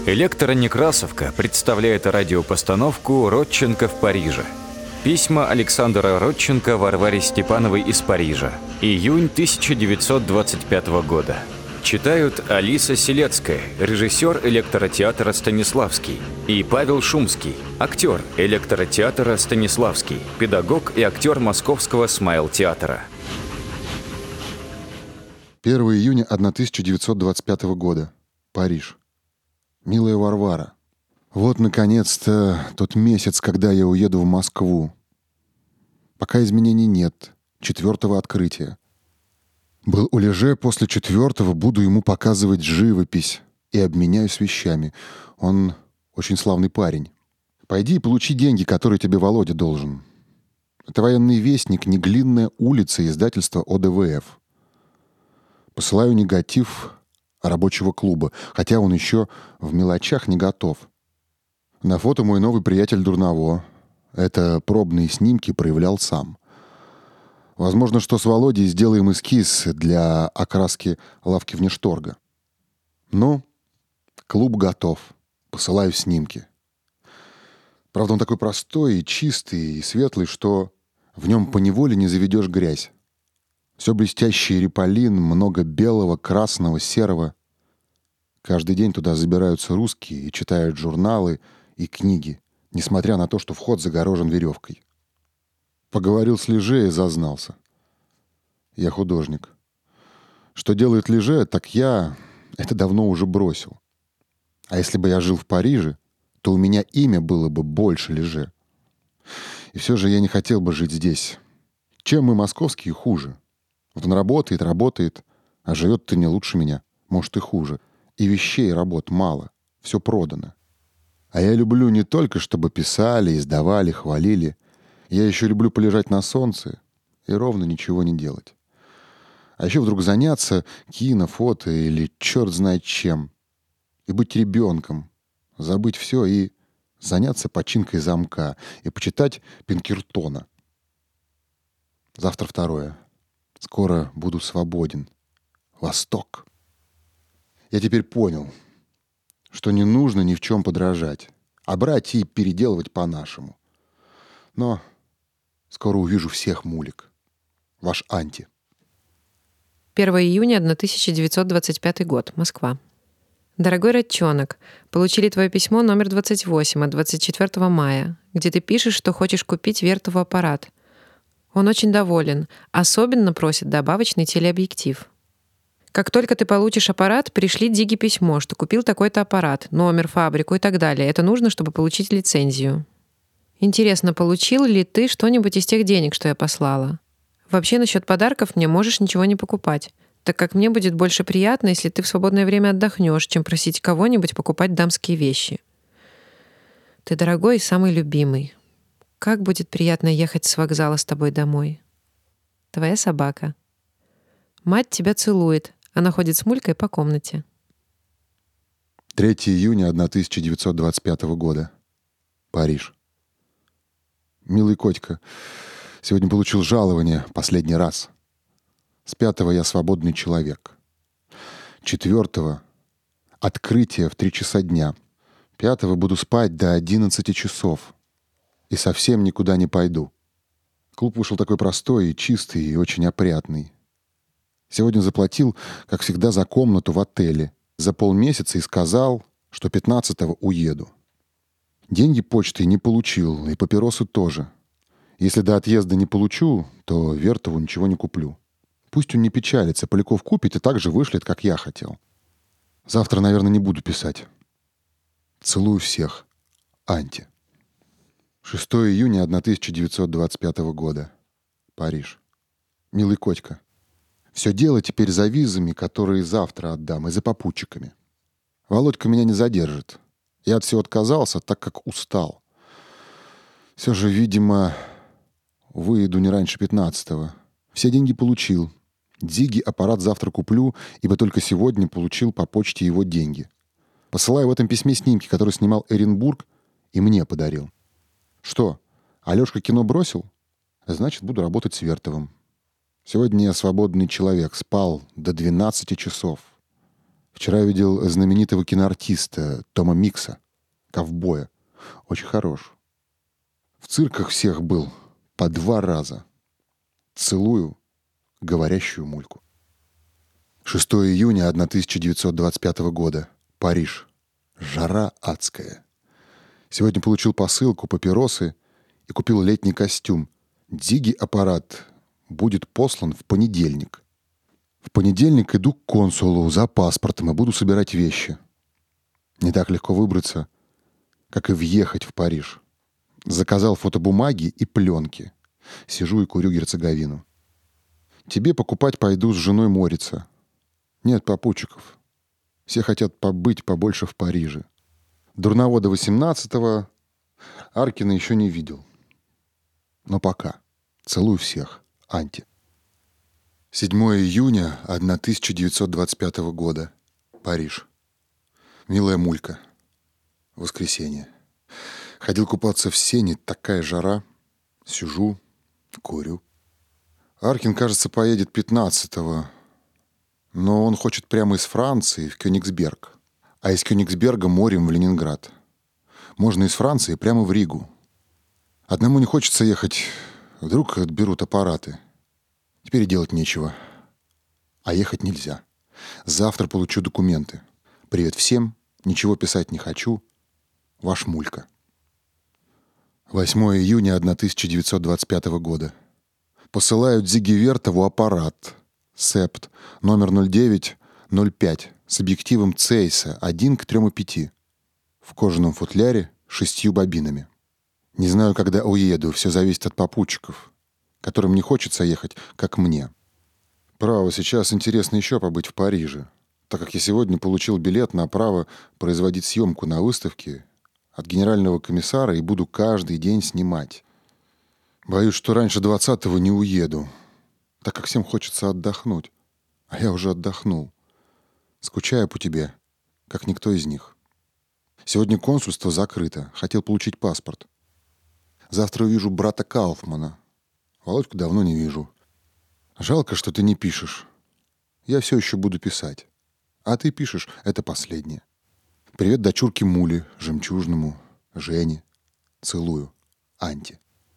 Электронекрасовка представляет радиопостановку «Родченко в Париже». Письма Александра Родченко Варваре Степановой из Парижа. Июнь 1925 года. Читают Алиса Селецкая, режиссер электротеатра «Станиславский», и Павел Шумский, актер электротеатра «Станиславский», педагог и актер Московского Смайл-театра. 1 июня 1925 года. Париж. Милая Варвара, вот, наконец-то, тот месяц, когда я уеду в Москву. Пока изменений нет. 4-го открытия. Был у Леже, после 4-го буду ему показывать живопись и обменяюсь вещами. Он очень славный парень. Пойди и получи деньги, которые тебе Володя должен. Это военный вестник, Неглинная улица, издательство ОДВФ. Посылаю негатив рабочего клуба, хотя он еще в мелочах не готов. На фото мой новый приятель Дурново. Это пробные снимки проявлял сам. Возможно, что с Володей сделаем эскиз для окраски лавки внешторга. Ну, клуб готов. Посылаю снимки. Правда, он такой простой и чистый, и светлый, что в нем поневоле не заведешь грязь. Все блестящий риполин, много белого, красного, серого. Каждый день туда забираются русские и читают журналы и книги, несмотря на то, что вход загорожен веревкой. Поговорил с Леже и зазнался. Я художник. Что делает Леже, так я это давно уже бросил. А если бы я жил в Париже, то у меня имя было бы больше Леже. И все же я не хотел бы жить здесь. Чем мы, московские, хуже? Вот он работает, а живет-то не лучше меня, может и хуже. И вещей и работ мало, все продано. А я люблю не только, чтобы писали, издавали, хвалили. Я еще люблю полежать на солнце и ровно ничего не делать. А еще вдруг заняться кино, фото или черт знает чем. И быть ребенком, забыть все и заняться починкой замка и почитать Пинкертона. Завтра 2. Скоро буду свободен. Восток. Я теперь понял, что не нужно ни в чем подражать, а брать и переделывать по-нашему. Но скоро увижу всех мулик. Ваш Анти. 1 июня 1925 год. Москва. Дорогой Родчонок, получили твое письмо номер 28 от 24 мая, где ты пишешь, что хочешь купить Вертову аппарат. Он очень доволен, особенно просит добавочный телеобъектив. Как только ты получишь аппарат, пришли Диге письмо, что купил такой-то аппарат, номер, фабрику и так далее. Это нужно, чтобы получить лицензию. Интересно, получил ли ты что-нибудь из тех денег, что я послала? Вообще, насчет подарков мне можешь ничего не покупать, так как мне будет больше приятно, если ты в свободное время отдохнешь, чем просить кого-нибудь покупать дамские вещи. Ты дорогой и самый любимый. Как будет приятно ехать с вокзала с тобой домой. Твоя собака. Мать тебя целует. Она ходит с Мулькой по комнате. 3 июня 1925 года. Париж. Милый Котька, сегодня получил жалование последний раз. С 5-го я свободный человек. 4-го открытие в 3 часа дня. 5-го буду спать до 11 часов. И совсем никуда не пойду. Клуб вышел такой простой и чистый, и очень опрятный. Сегодня заплатил, как всегда, за комнату в отеле. За полмесяца и сказал, что 15-го уеду. Деньги почтой не получил, и папиросы тоже. Если до отъезда не получу, то Вертову ничего не куплю. Пусть он не печалится, Поляков купит и так же вышлет, как я хотел. Завтра, наверное, не буду писать. Целую всех. Анти. 6 июня 1925 года. Париж. Милый Котька, все дело теперь за визами, которые завтра отдам, и за попутчиками. Володька меня не задержит. Я от всего отказался, так как устал. Все же, видимо, выеду не раньше 15-го. Все деньги получил. Дзиге аппарат завтра куплю, ибо только сегодня получил по почте его деньги. Посылаю в этом письме снимки, которые снимал Эренбург и мне подарил. Что, Алешка кино бросил? Значит, буду работать с Вертовым. Сегодня я свободный человек, спал до 12 часов. Вчера видел знаменитого киноартиста Тома Микса, ковбоя. Очень хорош. В цирках всех был по 2 раза. Целую говорящую мульку. 6 июня 1925 года. Париж. Жара адская. Сегодня получил посылку, папиросы и купил летний костюм. Дзиги-аппарат будет послан в понедельник. В понедельник иду к консулу за паспортом и буду собирать вещи. Не так легко выбраться, как и въехать в Париж. Заказал фотобумаги и пленки. Сижу и курю герцоговину. Тебе покупать пойду с женой Морица. Нет попутчиков. Все хотят побыть побольше в Париже. Дурновода 18-го Аркина еще не видел. Но пока. Целую всех. Анти. 7 июня 1925 года. Париж. Милая мулька. Воскресенье. Ходил купаться в сене, такая жара. Сижу, курю. Аркин, кажется, поедет 15-го. Но он хочет прямо из Франции в Кёнигсберг. А из Кёнигсберга морем в Ленинград. Можно из Франции прямо в Ригу. Одному не хочется ехать. Вдруг отберут аппараты. Теперь и делать нечего. А ехать нельзя. Завтра получу документы. Привет всем. Ничего писать не хочу. Ваш Мулька. 8 июня 1925 года. Посылаю Дзиги Вертову аппарат. Септ. Номер 0905. С объективом Цейса 1 к 3,5. В кожаном футляре 6 бобинами. Не знаю, когда уеду. Все зависит от попутчиков, которым не хочется ехать, как мне. Право, сейчас интересно еще побыть в Париже, так как я сегодня получил билет на право производить съемку на выставке от генерального комиссара и буду каждый день снимать. Боюсь, что раньше 20-го не уеду, так как всем хочется отдохнуть. А я уже отдохнул. Скучаю по тебе, как никто из них. Сегодня консульство закрыто. Хотел получить паспорт. Завтра увижу брата Кауфмана. Володьку давно не вижу. Жалко, что ты не пишешь. Я все еще буду писать. А ты пишешь, это последнее. Привет дочурке Муле, Жемчужному, Жене. Целую. Анти.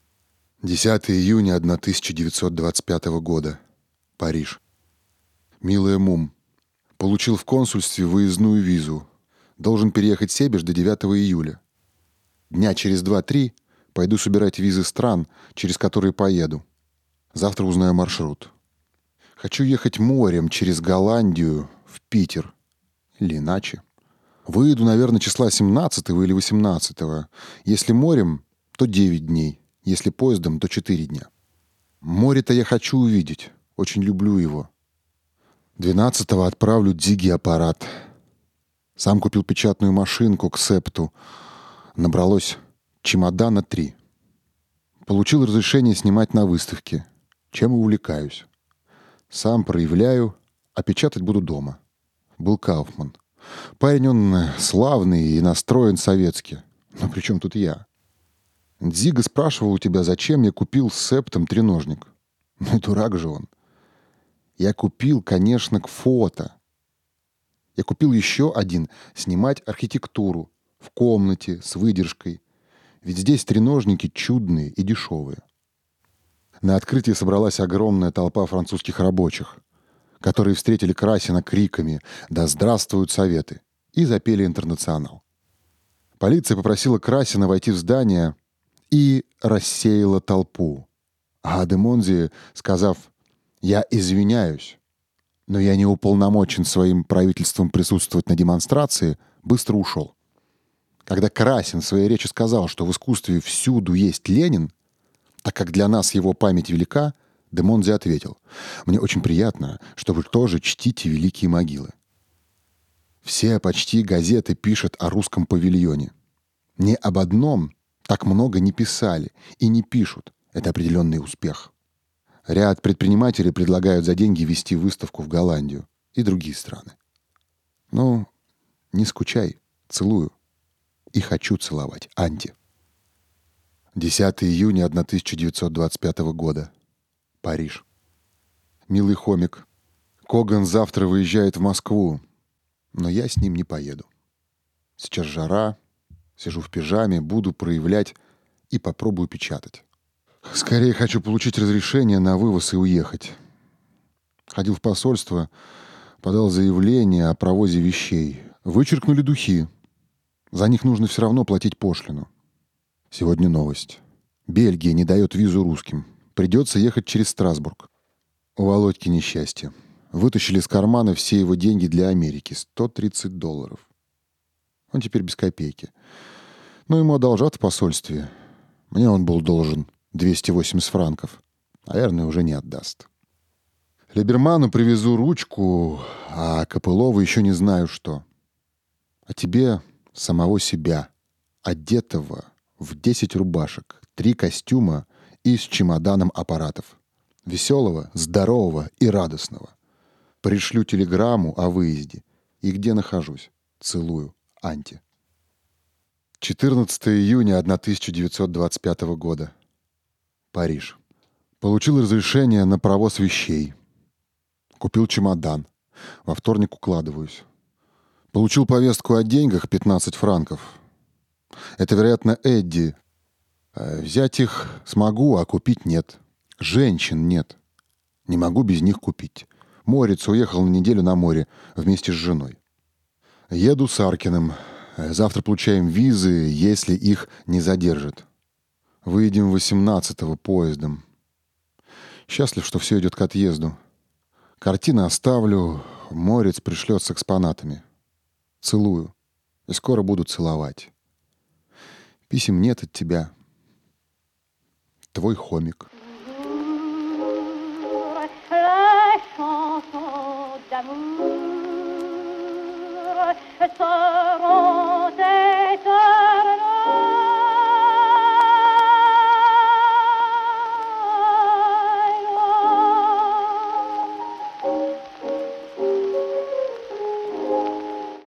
10 июня 1925 года. Париж. Милая Мум. Получил в консульстве выездную визу. Должен переехать в Себеж до 9 июля. Дня через 2-3 пойду собирать визы стран, через которые поеду. Завтра узнаю маршрут. Хочу ехать морем через Голландию в Питер. Или иначе. Выеду, наверное, числа 17 или 18. Если морем, то 9 дней. Если поездом, то 4 дня. Море-то я хочу увидеть. Очень люблю его. 12-го отправлю Дзиги-аппарат. Сам купил печатную машинку к Септу. Набралось чемодана 3. Получил разрешение снимать на выставке. Чем и увлекаюсь. Сам проявляю, а печатать буду дома. Был Кауфман. Парень он славный и настроен советски. Но при чем тут я? Дзига спрашивал у тебя, зачем я купил с Септом треножник. Ну, дурак же он. Я купил, конечно, к фото. Я купил еще один снимать архитектуру в комнате с выдержкой. Ведь здесь треножники чудные и дешевые. На открытии собралась огромная толпа французских рабочих, которые встретили Красина криками «Да здравствуют Советы!» и запели «Интернационал». Полиция попросила Красина войти в здание и рассеяла толпу. А де Монзи, сказав «Я извиняюсь, но я не уполномочен своим правительством присутствовать на демонстрации», быстро ушел. Когда Красин в своей речи сказал, что в искусстве всюду есть Ленин, так как для нас его память велика, де Монзи ответил: «Мне очень приятно, что вы тоже чтите великие могилы». Все почти газеты пишут о русском павильоне. Ни об одном так много не писали и не пишут. Это определенный успех. Ряд предпринимателей предлагают за деньги вести выставку в Голландию и другие страны. Ну, не скучай, целую. И хочу целовать. Анти. 10 июня 1925 года. Париж. Милый хомик. Коган завтра выезжает в Москву. Но я с ним не поеду. Сейчас жара, сижу в пижаме, буду проявлять и попробую печатать. Скорее хочу получить разрешение на вывоз и уехать. Ходил в посольство, подал заявление о провозе вещей. Вычеркнули духи. За них нужно все равно платить пошлину. Сегодня новость. Бельгия не дает визу русским. Придется ехать через Страсбург. У Володьки несчастье. Вытащили из кармана все его деньги для Америки. $130. Он теперь без копейки. Но ему одолжат в посольстве. Мне он был должен 280 франков. Наверное, уже не отдаст. Либерману привезу ручку, а Копылову еще не знаю что. А тебе самого себя, одетого в 10 рубашек, 3 костюма и с чемоданом аппаратов. Веселого, здорового и радостного. Пришлю телеграмму о выезде и где нахожусь. Целую. Анти. 14 июня 1925 года. Париж. Получил разрешение на провоз вещей. Купил чемодан. Во вторник укладываюсь. Получил повестку о деньгах 15 франков. Это, вероятно, Эдди. Взять их смогу, а купить нет. Женщин нет. Не могу без них купить. Морец уехал на неделю на море вместе с женой. Еду с Аркиным. Завтра получаем визы, если их не задержат. Выедем 18-го поездом. Счастлив, что все идет к отъезду. Картины оставлю, Морец пришлет с экспонатами. Целую. И скоро буду целовать. Писем нет от тебя. Твой хомик. D'amour,